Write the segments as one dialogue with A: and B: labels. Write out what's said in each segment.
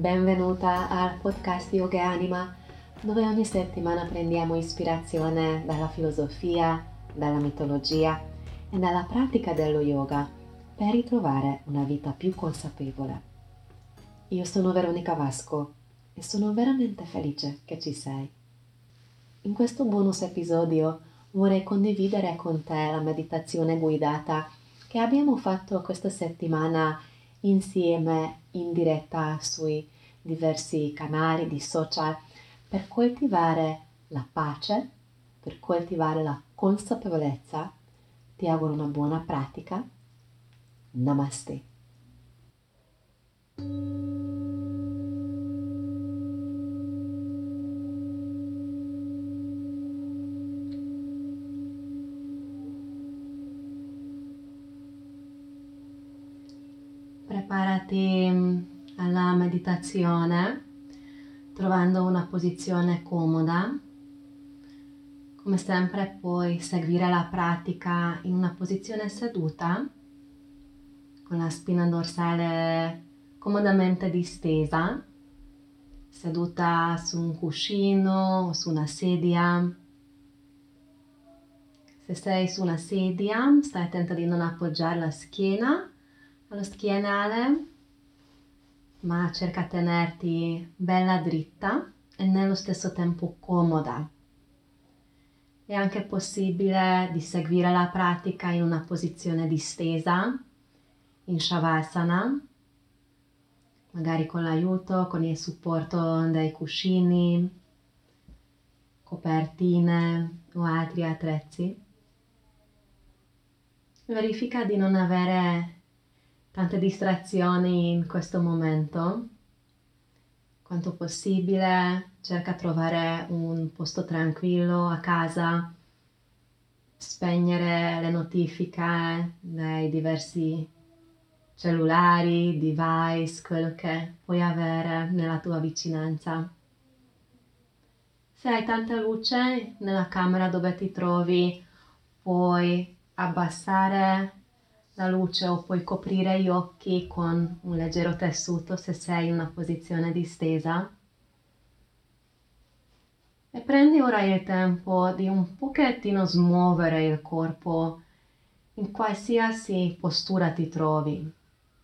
A: Benvenuta al podcast Yoga e Anima, dove ogni settimana prendiamo ispirazione dalla filosofia, dalla mitologia e dalla pratica dello yoga per ritrovare una vita più consapevole. Io sono Veronica Vasco e sono veramente felice che ci sei. In questo bonus episodio vorrei condividere con te la meditazione guidata che abbiamo fatto questa settimana insieme in diretta sui diversi canali di social per coltivare la pace, per coltivare la consapevolezza. Ti auguro una buona pratica. Namaste. Preparati alla meditazione trovando una posizione comoda. Come sempre puoi seguire la pratica in una posizione seduta con la spina dorsale comodamente distesa, seduta su un cuscino o su una sedia. Se sei su una sedia, stai attenta di non appoggiare la schiena allo schienale, ma cerca di tenerti bella dritta e nello stesso tempo comoda. È anche possibile di seguire la pratica in una posizione distesa, in Shavasana, magari con l'aiuto, con il supporto dei cuscini, copertine o altri attrezzi. Verifica di non avere tante distrazioni in questo momento. Quanto possibile cerca di trovare un posto tranquillo a casa, spegnere le notifiche dai diversi cellulari, device, quello che puoi avere nella tua vicinanza. Se hai tanta luce nella camera dove ti trovi, puoi abbassare la luce o puoi coprire gli occhi con un leggero tessuto se sei in una posizione distesa. E prendi ora il tempo di un pochettino smuovere il corpo in qualsiasi postura ti trovi,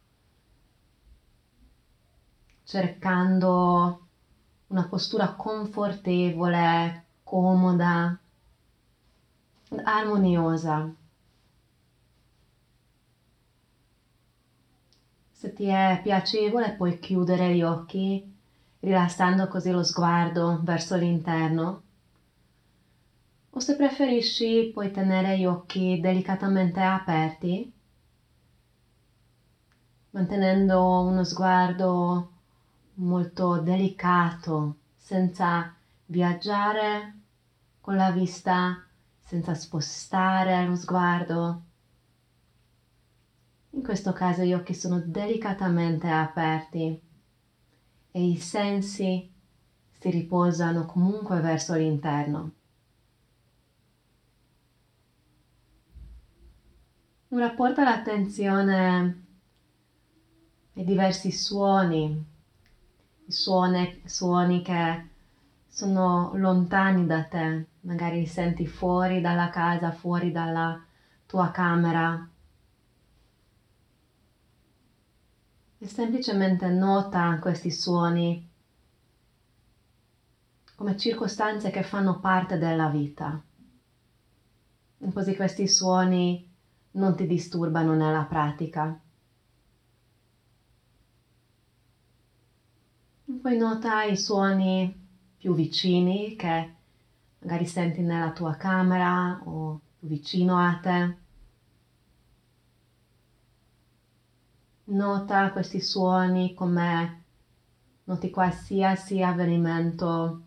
A: cercando una postura confortevole, comoda, armoniosa. Se ti è piacevole puoi chiudere gli occhi, rilassando così lo sguardo verso l'interno. O se preferisci puoi tenere gli occhi delicatamente aperti, mantenendo uno sguardo molto delicato, senza viaggiare con la vista, senza spostare lo sguardo. In questo caso gli occhi sono delicatamente aperti e i sensi si riposano comunque verso l'interno. Ora porta l'attenzione ai diversi suoni, i suoni che sono lontani da te, magari li senti fuori dalla casa, fuori dalla tua camera. E semplicemente nota questi suoni come circostanze che fanno parte della vita. E così questi suoni non ti disturbano nella pratica. E poi nota i suoni più vicini che magari senti nella tua camera o vicino a te. Nota questi suoni come noti qualsiasi avvenimento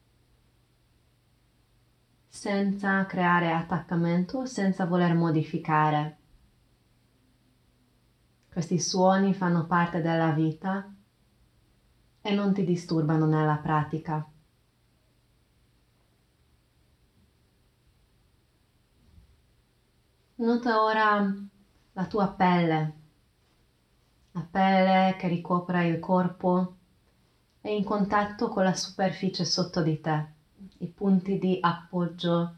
A: senza creare attaccamento, senza voler modificare. Questi suoni fanno parte della vita e non ti disturbano nella pratica. Nota ora la tua pelle, la pelle che ricopre il corpo, è in contatto con la superficie sotto di te, i punti di appoggio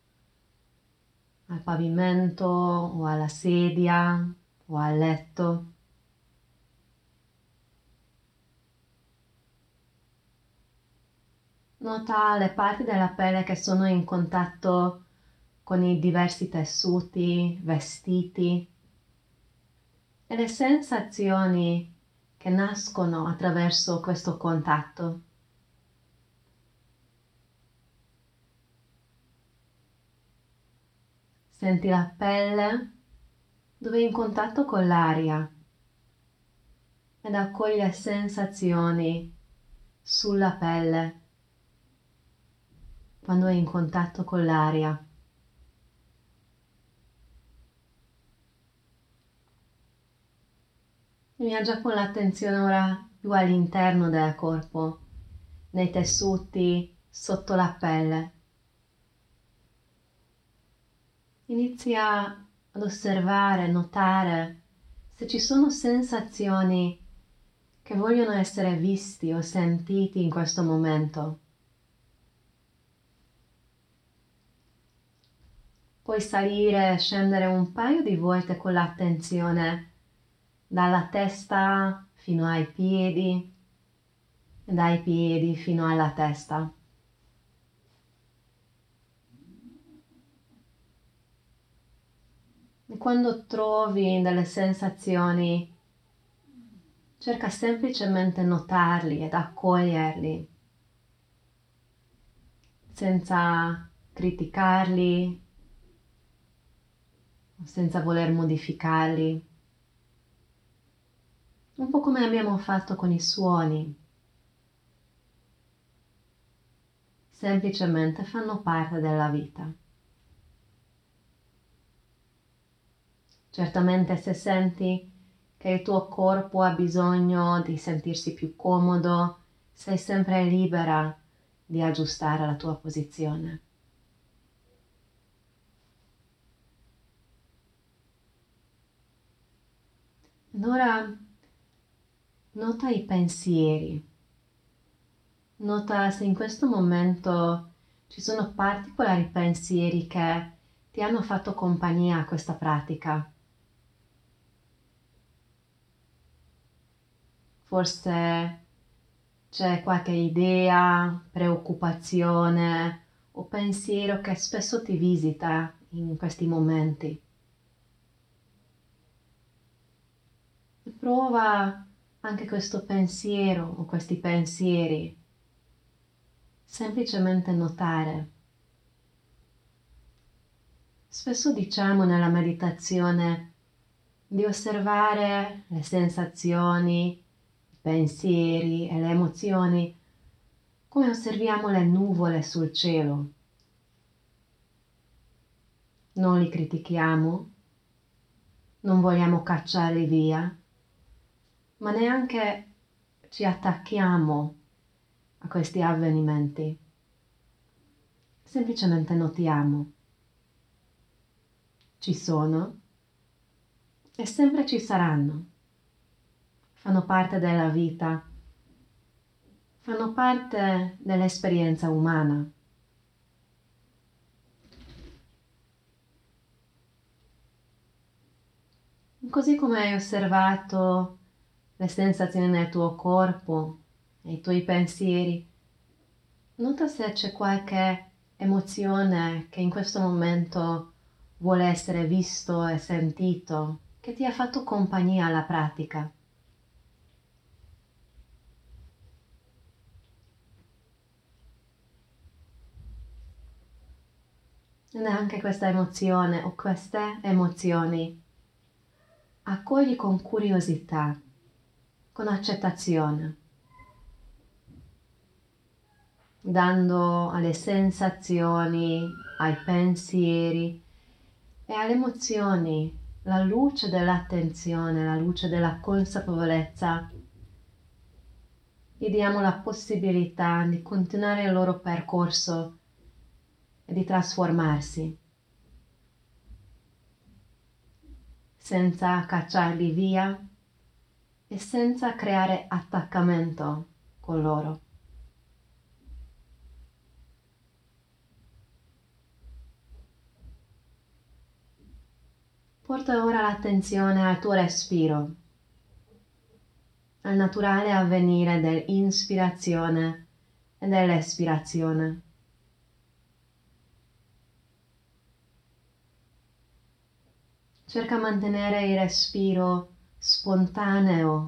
A: al pavimento o alla sedia o al letto. Nota le parti della pelle che sono in contatto con i diversi tessuti, vestiti e le sensazioni che nascono attraverso questo contatto. Senti la pelle dove è in contatto con l'aria ed accogli le sensazioni sulla pelle quando è in contatto con l'aria. Viaggia con l'attenzione ora più all'interno del corpo, nei tessuti, sotto la pelle. Inizia ad osservare, notare se ci sono sensazioni che vogliono essere visti o sentiti in questo momento. Puoi salire e scendere un paio di volte con l'attenzione dalla testa fino ai piedi e dai piedi fino alla testa. E quando trovi delle sensazioni, cerca semplicemente notarli ed accoglierli, senza criticarli, senza voler modificarli. Un po' come abbiamo fatto con i suoni. Semplicemente fanno parte della vita. Certamente se senti che il tuo corpo ha bisogno di sentirsi più comodo, sei sempre libera di aggiustare la tua posizione. Ed ora nota i pensieri. Nota se in questo momento ci sono particolari pensieri che ti hanno fatto compagnia a questa pratica. Forse c'è qualche idea, preoccupazione o pensiero che spesso ti visita in questi momenti. E prova anche questo pensiero o questi pensieri. Semplicemente notare. Spesso diciamo nella meditazione di osservare le sensazioni, i pensieri e le emozioni come osserviamo le nuvole sul cielo. Non li critichiamo, non vogliamo cacciarli via, ma neanche ci attacchiamo a questi avvenimenti. Semplicemente notiamo. Ci sono e sempre ci saranno. Fanno parte della vita, fanno parte dell'esperienza umana. Così come hai osservato le sensazioni nel tuo corpo e i tuoi pensieri, nota se c'è qualche emozione che in questo momento vuole essere visto e sentito, che ti ha fatto compagnia alla pratica. E anche questa emozione o queste emozioni accogli con curiosità, con accettazione, dando alle sensazioni, ai pensieri e alle emozioni la luce dell'attenzione, la luce della consapevolezza. Gli diamo la possibilità di continuare il loro percorso e di trasformarsi, senza cacciarli via e senza creare attaccamento con loro. Porta ora l'attenzione al tuo respiro, al naturale avvenire dell'inspirazione e dell'espirazione. Cerca di mantenere il respiro spontaneo,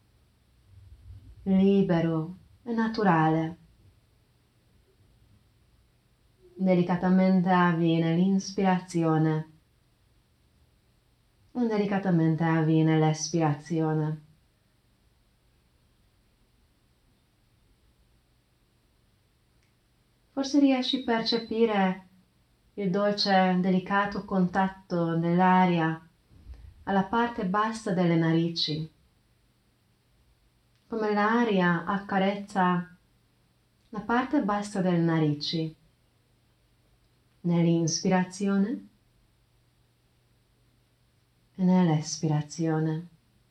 A: libero e naturale. Delicatamente avviene l'inspirazione e delicatamente avviene l'espirazione. Forse riesci a percepire il dolce, delicato contatto dell'aria alla parte bassa delle narici, come l'aria accarezza la parte bassa delle narici nell'inspirazione e nell'espirazione.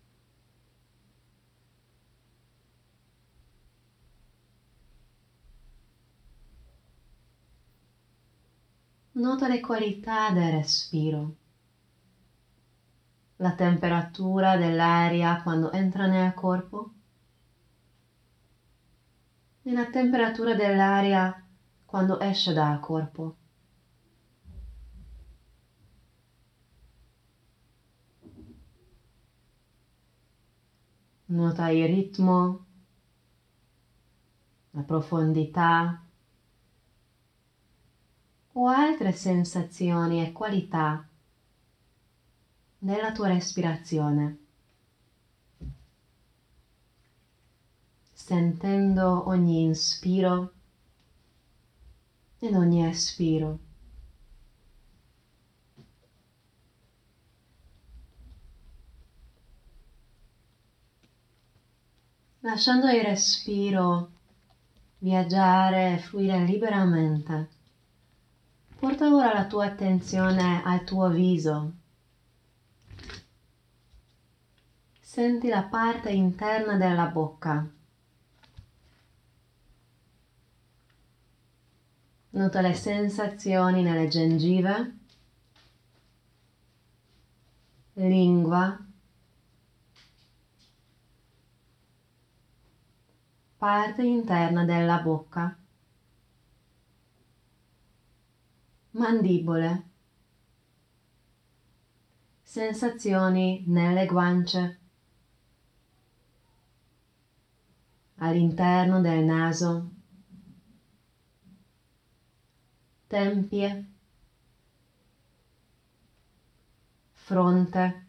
A: Nota le qualità del respiro, la temperatura dell'aria quando entra nel corpo e la temperatura dell'aria quando esce dal corpo. Nota il ritmo, la profondità o altre sensazioni e qualità della tua respirazione, sentendo ogni inspiro ed ogni espiro. Lasciando il respiro viaggiare e fluire liberamente. Porta ora la tua attenzione al tuo viso. Senti la parte interna della bocca. Nota le sensazioni nelle gengive, lingua, parte interna della bocca, mandibole, sensazioni nelle guance, all'interno del naso, tempie, fronte.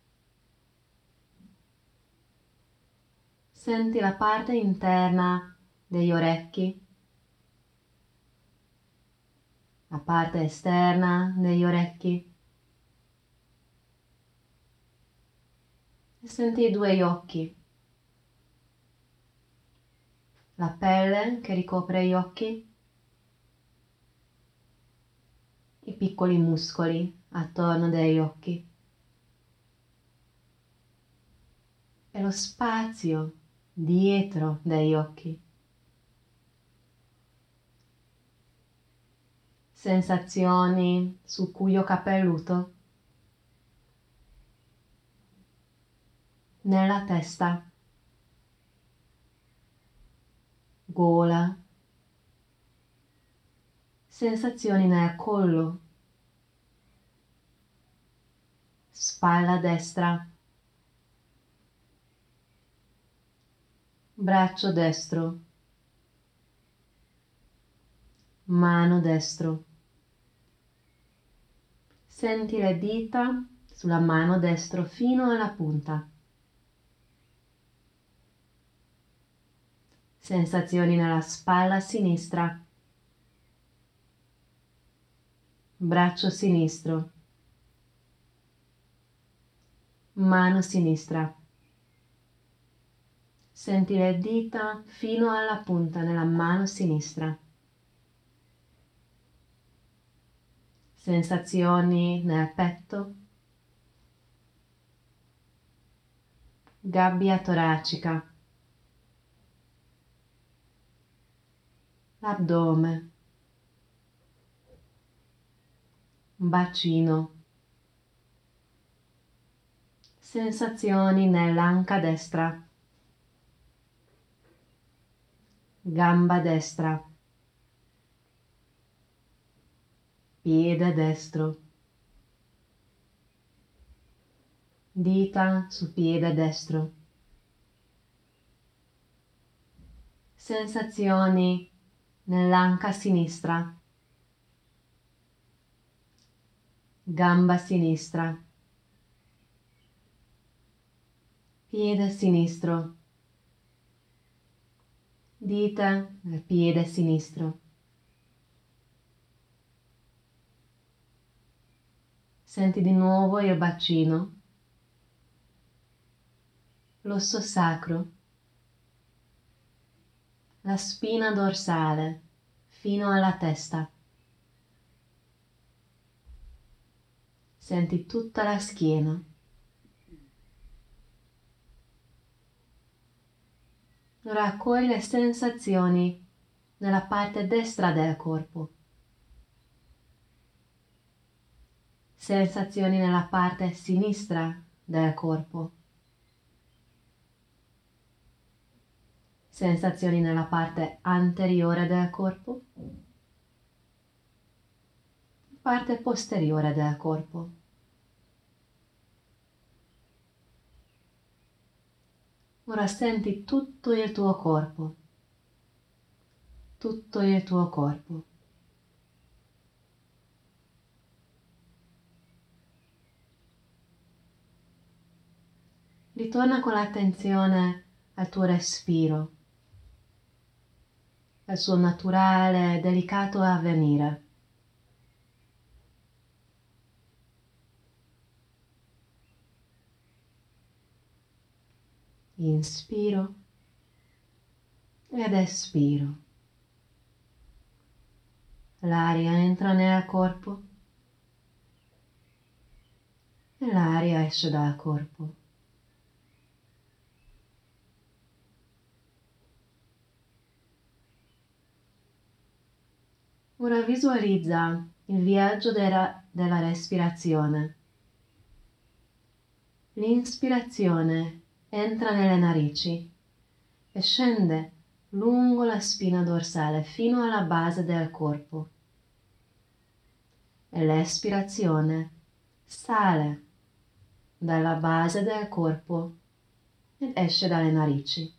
A: Senti la parte interna degli orecchi, la parte esterna degli orecchi e senti i due occhi, la pelle che ricopre gli occhi, i piccoli muscoli attorno degli occhi e lo spazio dietro degli occhi. Sensazioni sul cuoio capelluto, nella testa, gola, sensazioni nel collo, spalla destra, braccio destro, mano destro. Senti le dita sulla mano destra fino alla punta. Sensazioni nella spalla sinistra, braccio sinistro, mano sinistra. Senti le dita fino alla punta nella mano sinistra. Sensazioni nel petto, gabbia toracica, l'addome, bacino, sensazioni nell'anca destra, gamba destra, piede destro, dita su piede destro, sensazioni nell'anca sinistra, gamba sinistra, piede sinistro, dita nel piede sinistro. Senti di nuovo il bacino, l'osso sacro, la spina dorsale fino alla testa. Senti tutta la schiena. Raccogli le sensazioni nella parte destra del corpo. Sensazioni nella parte sinistra del corpo. Sensazioni nella parte anteriore del corpo. Parte posteriore del corpo. Ora senti tutto il tuo corpo. Tutto il tuo corpo. Ritorna con l'attenzione al tuo respiro, al suo naturale, delicato avvenire. Inspiro ed espiro. L'aria entra nel corpo e l'aria esce dal corpo. Ora visualizza il viaggio della respirazione. L'inspirazione entra nelle narici e scende lungo la spina dorsale fino alla base del corpo. E l'espirazione sale dalla base del corpo ed esce dalle narici.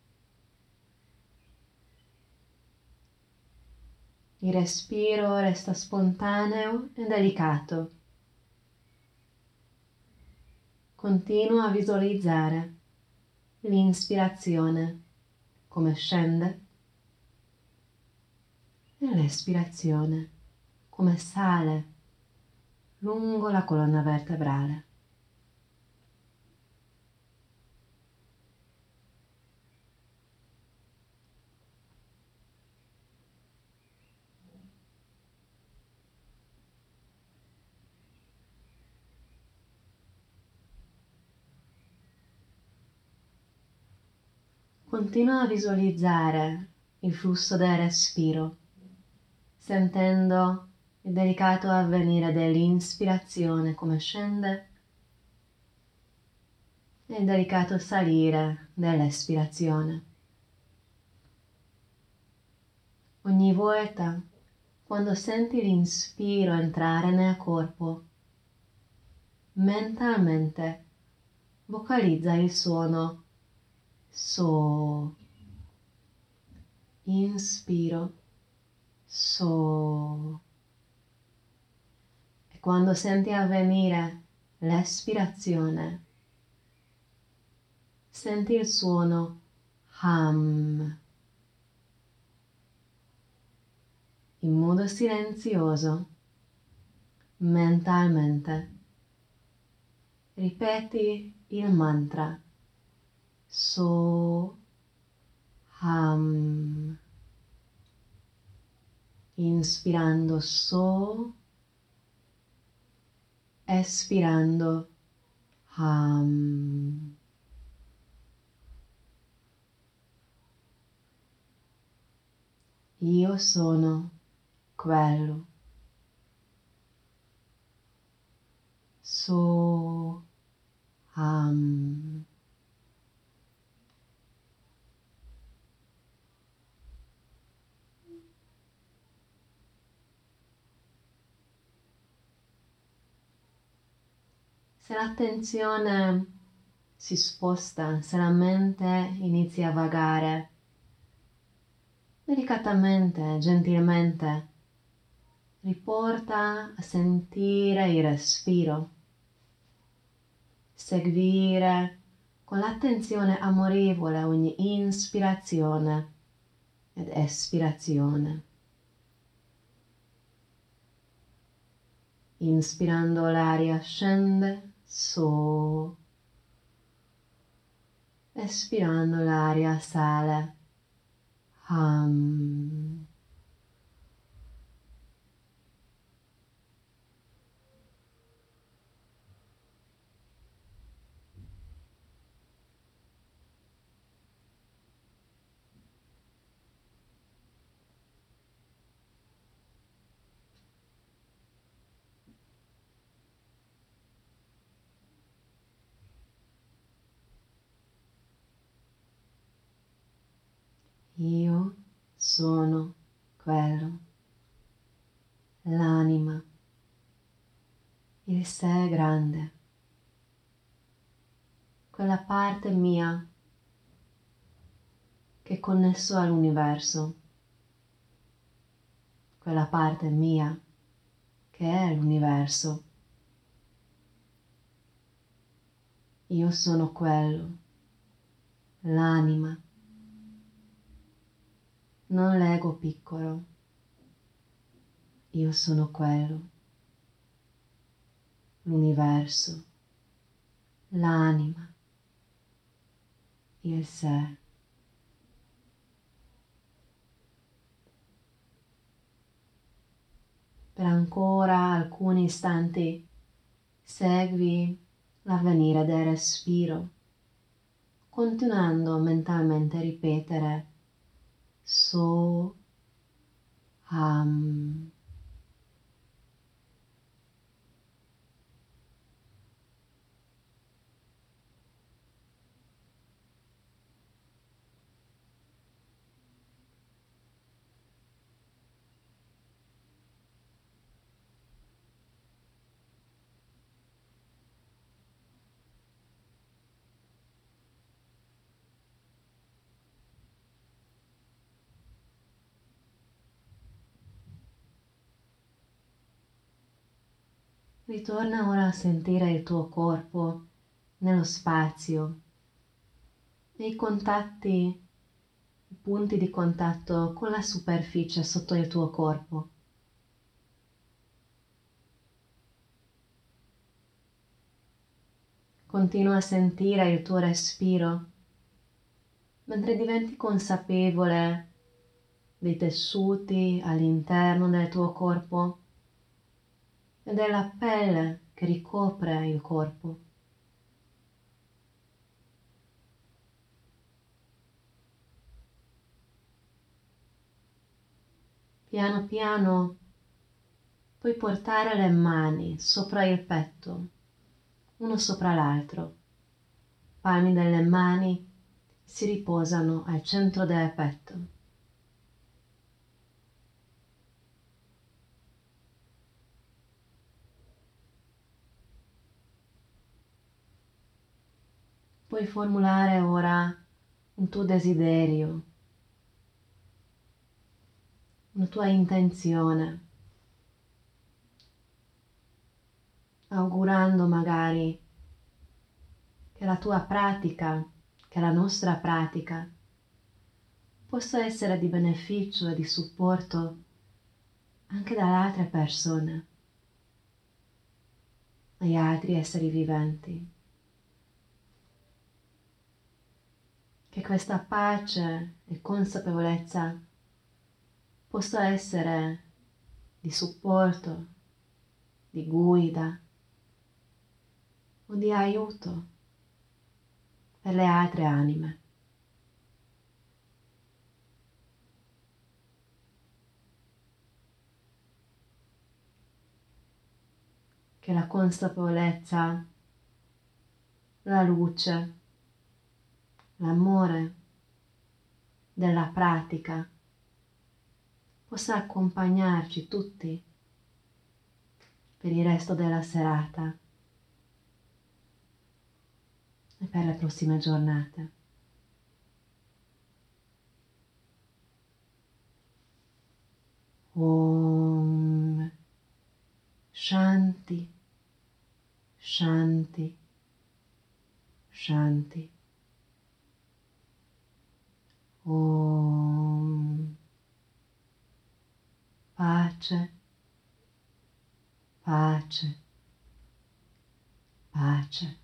A: Il respiro resta spontaneo e delicato. Continua a visualizzare l'inspirazione come scende e l'espirazione come sale lungo la colonna vertebrale. Continua a visualizzare il flusso del respiro, sentendo il delicato avvenire dell'inspirazione come scende e il delicato salire dell'espirazione. Ogni volta quando senti l'inspiro entrare nel corpo, mentalmente vocalizza il suono So. Inspiro, So. E quando senti avvenire l'espirazione, senti il suono Hum. In modo silenzioso, mentalmente, ripeti il mantra So. Hum. Inspirando So, espirando Hum. Io sono quello. So am. Se l'attenzione si sposta, se la mente inizia a vagare, delicatamente, gentilmente, riporta a sentire il respiro, seguire con l'attenzione amorevole ogni inspirazione ed espirazione. Inspirando l'aria scende su, espirando l'aria sale. Hum. Io sono quello, l'anima, il sé grande, quella parte mia che è connesso all'universo, quella parte mia che è l'universo. Io sono quello, l'anima, non l'ego piccolo. Io sono quello, l'universo, l'anima, il sé. Per ancora alcuni istanti segui l'avvenire del respiro, continuando mentalmente a ripetere so, ham. Ritorna ora a sentire il tuo corpo nello spazio e i contatti, i punti di contatto con la superficie sotto il tuo corpo. Continua a sentire il tuo respiro mentre diventi consapevole dei tessuti all'interno del tuo corpo e della pelle che ricopre il corpo. Piano piano puoi portare le mani sopra il petto, uno sopra l'altro. Palmi delle mani si riposano al centro del petto. Puoi formulare ora un tuo desiderio, una tua intenzione, augurando magari che la tua pratica, che la nostra pratica, possa essere di beneficio e di supporto anche dalle altre persone, agli altri esseri viventi. Che questa pace e consapevolezza possa essere di supporto, di guida o di aiuto per le altre anime. che la consapevolezza, la luce, l'amore della pratica possa accompagnarci tutti per il resto della serata e per le prossime giornate. Om Shanti Shanti Shanti. Om pace, pace, pace.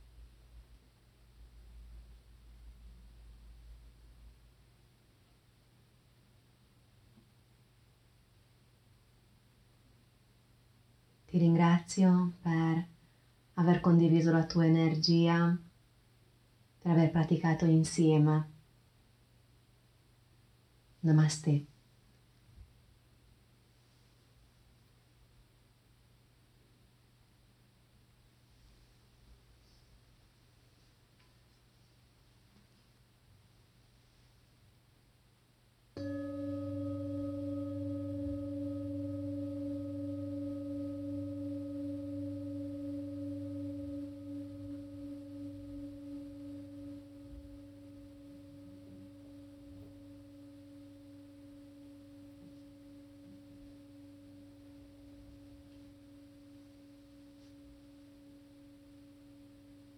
A: Ti ringrazio per aver condiviso la tua energia, per aver praticato insieme. Namaste.